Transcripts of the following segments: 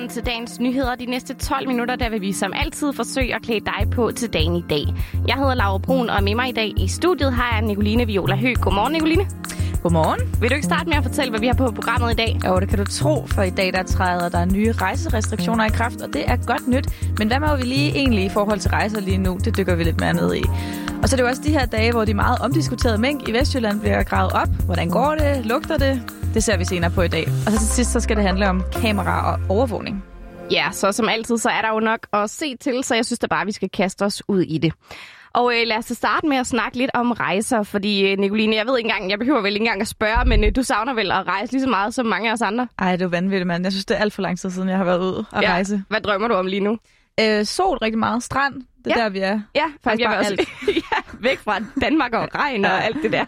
velkommen til dagens nyheder. De næste 12 minutter, der vil vi som altid forsøge at klæde dig på til dagen i dag. Jeg hedder Laura Brun, og med mig i dag i studiet har jeg Nicoline Viola Høgh. Godmorgen, Nicoline. Godmorgen. Vil du ikke starte med at fortælle, hvad vi har på programmet i dag? Jo, det kan du tro, for i dag der træder der nye rejserestriktioner i kraft, og det er godt nyt. Men hvad må vi lige egentlig i forhold til rejser lige nu? Det dykker vi lidt mere ned i. Og så er det jo også de her dage, hvor de meget omdiskuterede mink i Vestjylland bliver gravet op. Hvordan går det? Lugter det? Det ser vi senere på i dag. Og så til sidst så skal det handle om kamera og overvågning. Ja, så som altid, så er der jo nok at se til, så jeg synes da bare, vi skal kaste os ud i det. Og lad os starte med at snakke lidt om rejser, fordi Nicoline, jeg ved ikke engang, jeg behøver vel ikke engang at spørge, men du savner vel at rejse lige så meget som mange af os andre? Ej, det er jo vanvittigt, mand. Jeg synes, det er alt for lang tid siden, jeg har været ude at rejse. Hvad drømmer du om lige nu? Sol rigtig meget. Strand. Det er der, vi er. Ja, faktisk bare alt. Væk fra Danmark og regn og alt det der.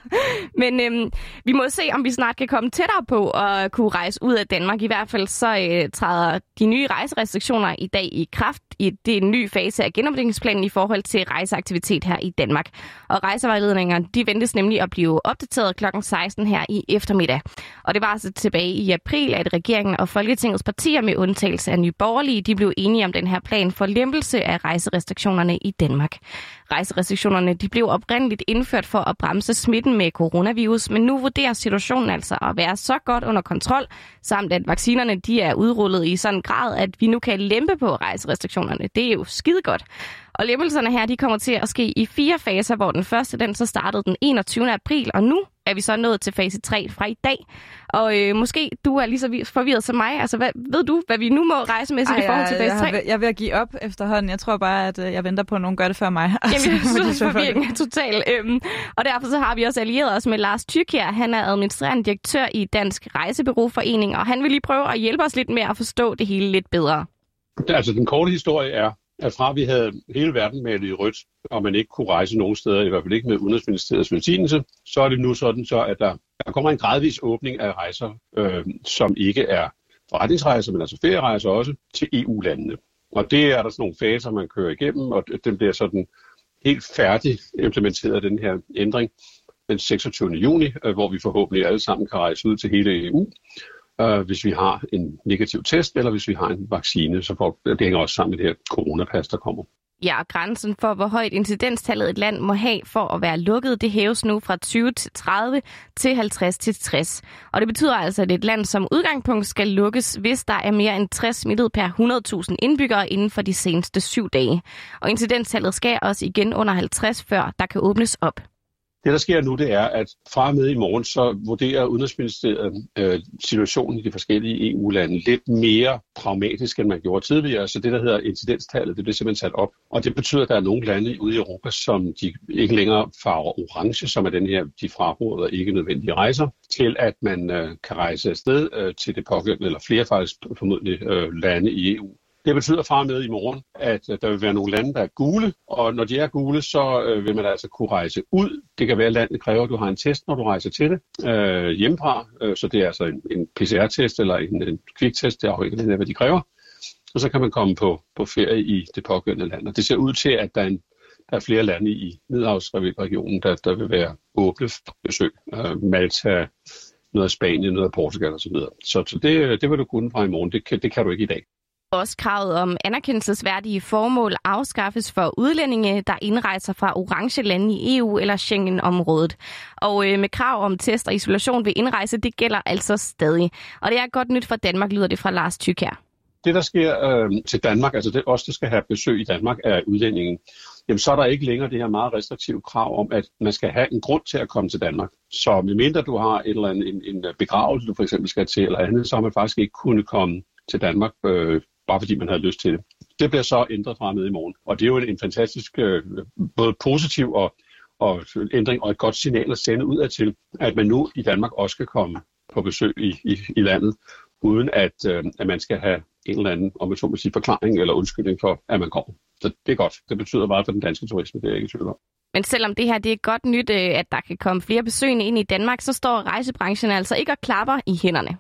Men vi må se, om vi snart kan komme tættere på at kunne rejse ud af Danmark. I hvert fald så træder de nye rejserestriktioner i dag i kraft. Det er en ny fase af genopdækningsplanen i forhold til rejseaktivitet her i Danmark. Og rejsevejledningerne, de ventes nemlig at blive opdateret kl. 16 her i eftermiddag. Og det var altså tilbage i april, at regeringen og Folketingets partier med undtagelse af Nye Borgerlige, de blev enige om den her plan for lempelse af rejserestriktionerne i Danmark. Rejserestriktionerne de blev oprindeligt indført for at bremse smitten med coronavirus, men nu vurderer situationen altså at være så godt under kontrol, samt at vaccinerne de er udrullet i sådan en grad, at vi nu kan lempe på rejserestriktionerne. Det er jo skide godt. Og lempelserne her de kommer til at ske i 4 faser, hvor den første den så startede den 21. april, og nu er vi så nået til fase 3 fra i dag. Og måske du er lige så forvirret som mig. Altså, ved du, hvad vi nu må rejsemæssigt i forhold til fase 3? Jeg er ved at give op efterhånden. Jeg tror bare, at jeg venter på, at nogen gør det før mig. Jamen, jeg synes, forvirringen er total. Og derfor så har vi også allieret os med Lars Tyrkjær. Han er administrerende direktør i Dansk Rejsebureauforening, og han vil lige prøve at hjælpe os lidt med at forstå det hele lidt bedre. Altså, den korte historie er, at fra vi havde hele verden malet i rødt, og man ikke kunne rejse nogen steder, i hvert fald ikke med Udenrigsministeriets velsignelse, så er det nu sådan, så at der kommer en gradvis åbning af rejser, som ikke er forretningsrejser, men altså ferierejser også, til EU-landene. Og det er der sådan nogle faser, man kører igennem, og den bliver sådan helt færdig implementeret, den her ændring, den 26. juni, hvor vi forhåbentlig alle sammen kan rejse ud til hele EU, hvis vi har en negativ test, eller hvis vi har en vaccine, så det hænger også sammen med det her coronapas, der kommer. Ja, og grænsen for, hvor højt incidenstallet et land må have for at være lukket, det hæves nu fra 20 til 30 til 50 til 60. Og det betyder altså, at et land som udgangspunkt skal lukkes, hvis der er mere end 60 smittet per 100.000 indbyggere inden for de seneste 7 dage. Og incidenstallet skal også igen under 50, før der kan åbnes op. Det, der sker nu, det er, at fra og med i morgen, så vurderer Udenrigsministeriet situationen i de forskellige EU-lande lidt mere pragmatisk, end man gjorde tidligere. Så det, der hedder incidenstallet, det bliver simpelthen sat op. Og det betyder, at der er nogle lande ude i Europa, som de ikke længere farver orange, som er den her, de fraråder ikke nødvendige rejser, til at man kan rejse afsted til det pågældende, eller flere faktisk formodentlig lande i EU. Det betyder fra og med i morgen, at der vil være nogle lande, der er gule, og når de er gule, så vil man altså kunne rejse ud. Det kan være, at landet kræver, at du har en test, når du rejser til det hjemmefra. Så det er altså en PCR-test eller en kviktest, det er afhængigt af, hvad de kræver. Og så kan man komme på ferie i det pågældende land. Og det ser ud til, at der er flere lande i Middelhavsregionen, der vil være åbne for besøg. Malta, noget af Spanien, noget af Portugal osv. Så det vil du kunne fra i morgen. Det kan du ikke i dag. Også kravet om anerkendelsesværdige formål afskaffes for udlændinge, der indrejser fra orange lande i EU eller Schengen-området. Og med krav om test og isolation ved indrejse, det gælder altså stadig. Og det er godt nyt for Danmark, lyder det fra Lars Tyrkjær. Det, der sker til Danmark, altså det os, der skal have besøg i Danmark af udlændingen, jamen så er der ikke længere det her meget restriktive krav om, at man skal have en grund til at komme til Danmark. Så medmindre du har et eller andet, en begravelse, du for eksempel skal til eller andet, så har man faktisk ikke kunnet komme til Danmark, bare fordi man havde lyst til det. Det bliver så ændret fra med i morgen. Og det er jo en fantastisk, både positiv og ændring og et godt signal at sende ud af til, at man nu i Danmark også kan komme på besøg i landet, uden at man skal have en eller anden, om man så må sige, forklaring eller undskyldning for, at man kommer. Så det er godt. Det betyder meget for den danske turisme, det er jeg ikke i tvivl om. Men selvom det her det er godt nyt, at der kan komme flere besøgende ind i Danmark, så står rejsebranchen altså ikke og klapper i hænderne.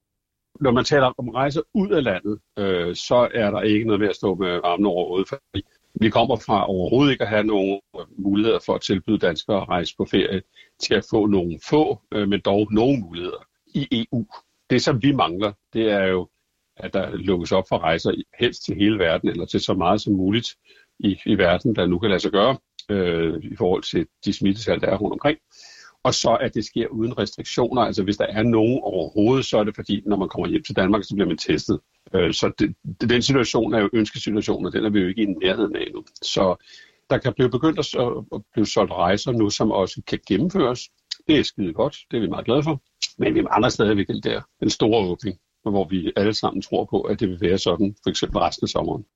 Når man taler om rejser ud af landet, så er der ikke noget med at stå med armene over hovedet. Vi kommer fra overhovedet ikke at have nogen muligheder for at tilbyde danskere at rejse på ferie til at få nogle få, men dog nogle muligheder i EU. Det, som vi mangler, det er jo at der lukkes op for rejser helst til hele verden, eller til så meget som muligt i verden, der nu kan lade sig gøre, i forhold til de smittetal, der er rundt omkring. Og så at det sker uden restriktioner. Altså hvis der er nogen overhovedet, så er det fordi, når man kommer hjem til Danmark, så bliver man testet. Så den situation er jo ønskesituationen, og den er vi jo ikke i nærheden af nu. Så der kan blive begyndt at blive solgt rejser nu, som også kan gennemføres. Det er skide godt, det er vi meget glade for. Men vi mangler stadigvæk den store åbning, hvor vi alle sammen tror på, at det vil være sådan, for eksempel resten af sommeren.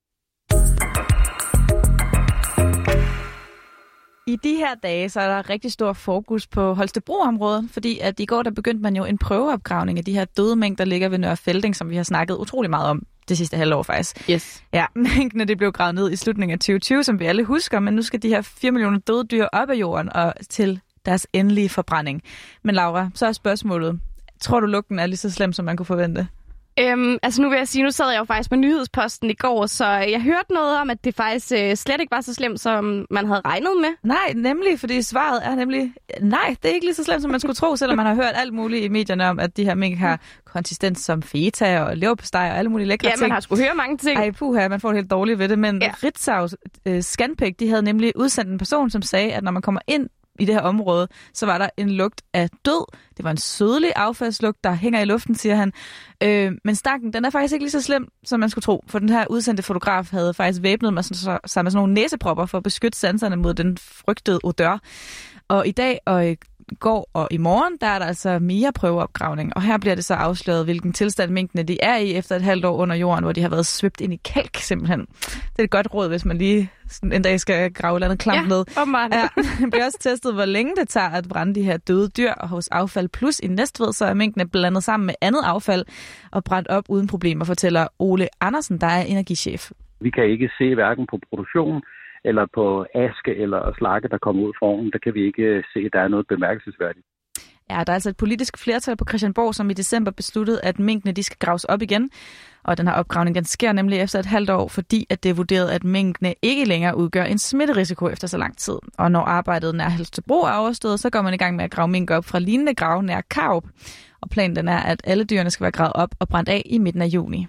I de her dage, så er der rigtig stor fokus på Holstebro-området, fordi at i går, der begyndte man jo en prøveopgravning af de her døde mink, der ligger ved Nørre Felding, som vi har snakket utrolig meget om det sidste halvår faktisk. Yes. Ja, minkene det blev gravet ned i slutningen af 2020, som vi alle husker, men nu skal de her 4 millioner døde dyr op af jorden og til deres endelige forbrænding. Men Laura, så er spørgsmålet, tror du lugten er lige så slem, som man kunne forvente? Altså nu vil jeg sige, nu sad jeg jo faktisk på Nyhedsposten i går, så jeg hørte noget om, at det faktisk slet ikke var så slemt, som man havde regnet med. Nej, nemlig, fordi svaret er nemlig, nej, det er ikke lige så slemt, som man skulle tro, selvom man har hørt alt muligt i medierne om, at de her mink har konsistens som feta og leverpostej og alle mulige lækre ting. Ja, man har sgu høre mange ting. Ej, puha, man får det helt dårligt ved det, men ja. Ritzau Scanpik, de havde nemlig udsendt en person, som sagde, at når man kommer ind i det her område, så var der en lugt af død. Det var en sødlig affaldslugt, der hænger i luften, siger han. Men stanken, den er faktisk ikke lige så slem, som man skulle tro. For den her udsendte fotograf havde faktisk væbnet sig med sådan nogle næsepropper for at beskytte sanserne mod den frygtede odør. Og i dag og i går og i morgen, der er der altså mere prøveopgravning. Og her bliver det så afsløret, hvilken tilstand minkene de er i efter et halvt år under jorden, hvor de har været svøbt ind i kalk simpelthen. Det er et godt råd, hvis man lige en dag skal grave et eller andet klamt ned. Ja, det bliver også testet, hvor længe det tager at brænde de her døde dyr. Og hos Affald Plus i Næstved, så er minkene blandet sammen med andet affald og brændt op uden problemer, fortæller Ole Andersen, der er energichef. Vi kan ikke se hverken på produktion eller på aske eller slakke, der kommer ud fra ovnen. Der kan vi ikke se, at der er noget bemærkelsesværdigt. Ja, der er altså et politisk flertal på Christiansborg, som i december besluttede, at minkene de skal graves op igen. Og den her opgravning den sker nemlig efter et halvt år, fordi at det er vurderet, at minkene ikke længere udgør en smitterisiko efter så lang tid. Og når arbejdet nær Holstebro er overstået, så går man i gang med at grave mink op fra lignende grave nær Karup. Og planen den er, at alle dyrene skal være gravet op og brændt af i midten af juli.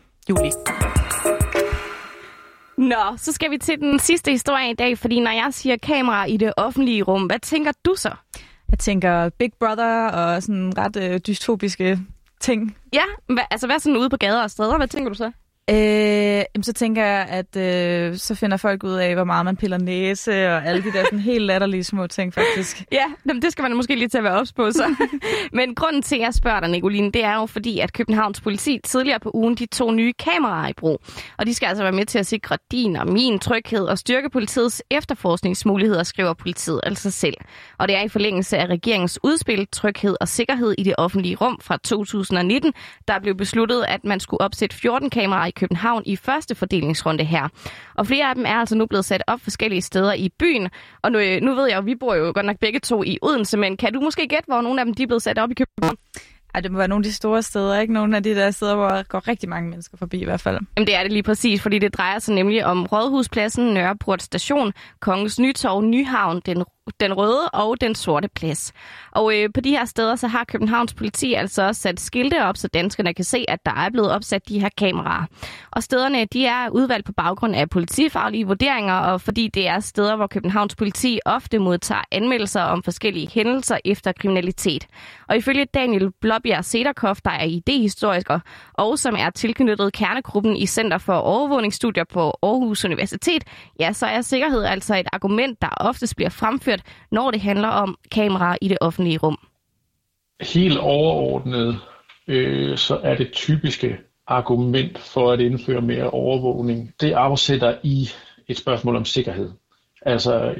Nå, så skal vi til den sidste historie i dag, fordi når jeg siger kamera i det offentlige rum, hvad tænker du så? Jeg tænker Big Brother og sådan ret dystopiske ting. Ja, hvad sådan ude på gader og steder? Hvad tænker du så? Så tænker jeg, at så finder folk ud af, hvor meget man piller næse og alle de der sådan helt latterlige små ting, faktisk. Ja, det skal man måske lige til at være ops på, så. Men grunden til, at jeg spørger dig, Nicoline, det er jo fordi, at Københavns politi tidligere på ugen, de tog nye kameraer i brug. Og de skal altså være med til at sikre din og min tryghed og styrke politiets efterforskningsmuligheder, skriver politiet altså selv. Og det er i forlængelse af regeringens udspil Tryghed og Sikkerhed i det offentlige rum fra 2019, der blev besluttet, at man skulle opsætte 14 kameraer i København i første fordelingsrunde her. Og flere af dem er altså nu blevet sat op forskellige steder i byen. Og nu ved jeg jo, vi bor jo godt nok begge to i Odense, men kan du måske gætte, hvor nogle af dem de er blevet sat op i København? Ja, det må være nogle af de store steder, ikke? Nogle af de der steder, hvor der går rigtig mange mennesker forbi i hvert fald. Jamen det er det lige præcis, fordi det drejer sig nemlig om Rådhuspladsen, Nørreport Station, Kongens Nytorv, Nyhavn, den Røde og den Sorte Plads. Og på de her steder, så har Københavns politi altså også sat skilte op, så danskerne kan se, at der er blevet opsat de her kameraer. Og stederne, de er udvalgt på baggrund af politifaglige vurderinger, og fordi det er steder, hvor Københavns politi ofte modtager anmeldelser om forskellige hændelser efter kriminalitet. Og ifølge Daniel Blåbjerg Sederkoff, der er idehistoriker, og som er tilknyttet kernegruppen i Center for Overvågningsstudier på Aarhus Universitet, ja, så er sikkerhed altså et argument, der oftest bliver fremført, når det handler om kameraer i det offentlige rum. Helt overordnet, så er det typiske argument for at indføre mere overvågning, det afsætter i et spørgsmål om sikkerhed. Altså,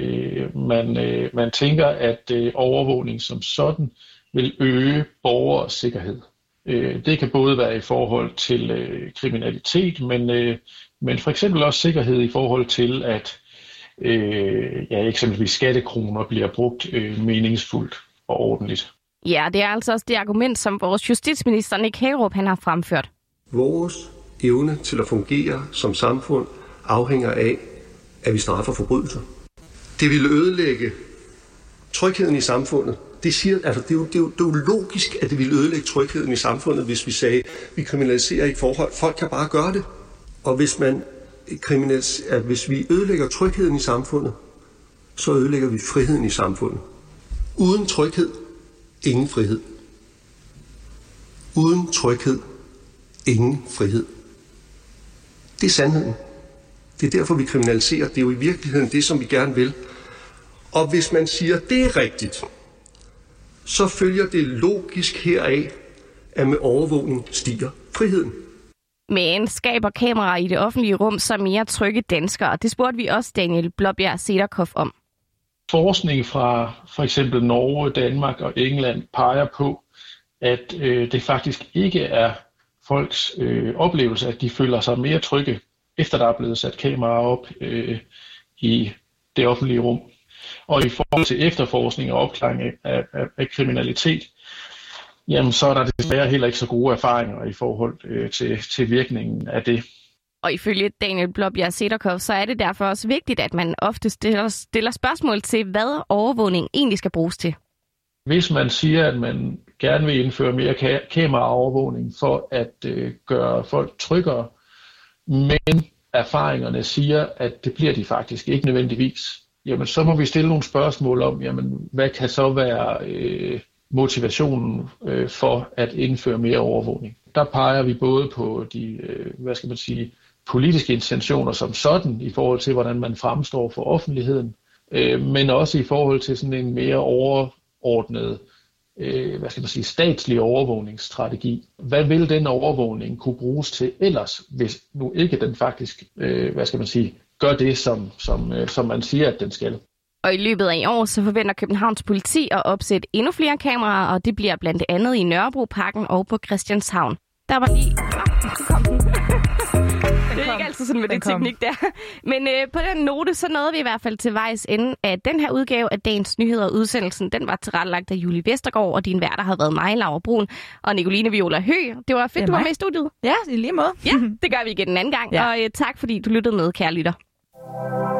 man tænker, at overvågning som sådan vil øge borgers sikkerhed. Det kan både være i forhold til kriminalitet, men for eksempel også sikkerhed i forhold til, at eksempelvis skattekroner bliver brugt meningsfuldt og ordentligt. Ja, det er altså også det argument, som vores justitsminister Nick Hækkerup han har fremført. Vores evne til at fungere som samfund afhænger af, at vi straffer forbrydelser. Det vil ødelægge trygheden i samfundet. Det er jo logisk, at det ville ødelægge trygheden i samfundet, hvis vi sagde, vi kriminaliserer ikke forhold. Folk kan bare gøre det. Og hvis vi ødelægger trygheden i samfundet, så ødelægger vi friheden i samfundet. Uden tryghed, ingen frihed. Uden tryghed, ingen frihed. Det er sandheden. Det er derfor, vi kriminaliserer. Det er jo i virkeligheden det, som vi gerne vil. Og hvis man siger, at det er rigtigt, så følger det logisk heraf, at med overvågning stiger friheden. Men skaber kameraer i det offentlige rum så mere trygge danskere? Det spurgte vi også Daniel Blåbjerg Sederkoff om. Forskning fra for eksempel Norge, Danmark og England peger på, at det faktisk ikke er folks oplevelse, at de føler sig mere trygge, efter der er blevet sat kameraer op i det offentlige rum. Og i forhold til efterforskning og opklaring af kriminalitet, jamen så er der desværre heller ikke så gode erfaringer i forhold til virkningen af det. Og ifølge Daniel Blåbjerg Sederkoff, så er det derfor også vigtigt, at man ofte stiller spørgsmål til, hvad overvågning egentlig skal bruges til. Hvis man siger, at man gerne vil indføre mere kameraovervågning for at gøre folk tryggere, men erfaringerne siger, at det bliver de faktisk ikke nødvendigvis, jamen så må vi stille nogle spørgsmål om, jamen hvad kan så være motivationen for at indføre mere overvågning. Der peger vi både på de, politiske intentioner som sådan, i forhold til, hvordan man fremstår for offentligheden, men også i forhold til sådan en mere overordnet, statslig overvågningsstrategi. Hvad vil den overvågning kunne bruges til ellers, hvis nu ikke den faktisk, gør det, som man siger, at den skal? Og i løbet af i år, så forventer Københavns politi at opsætte endnu flere kameraer, og det bliver blandt andet i Nørrebroparken og på Christianshavn. Der var lige... Det er ikke altid sådan med det teknik der. Men på den note, så nåede vi i hvert fald til vejs ende af den her udgave af Dagens Nyheder. Udsendelsen, den var tilrettelagt af Julie Vestergaard, og din værter har været mig, Laura Brun, og Nicoline Viola Høgh. Det var fedt, du var med i studiet. Ja, i lige måde. Ja, det gør vi igen en anden gang. Ja. Og tak, fordi du lyttede med, kære lytter.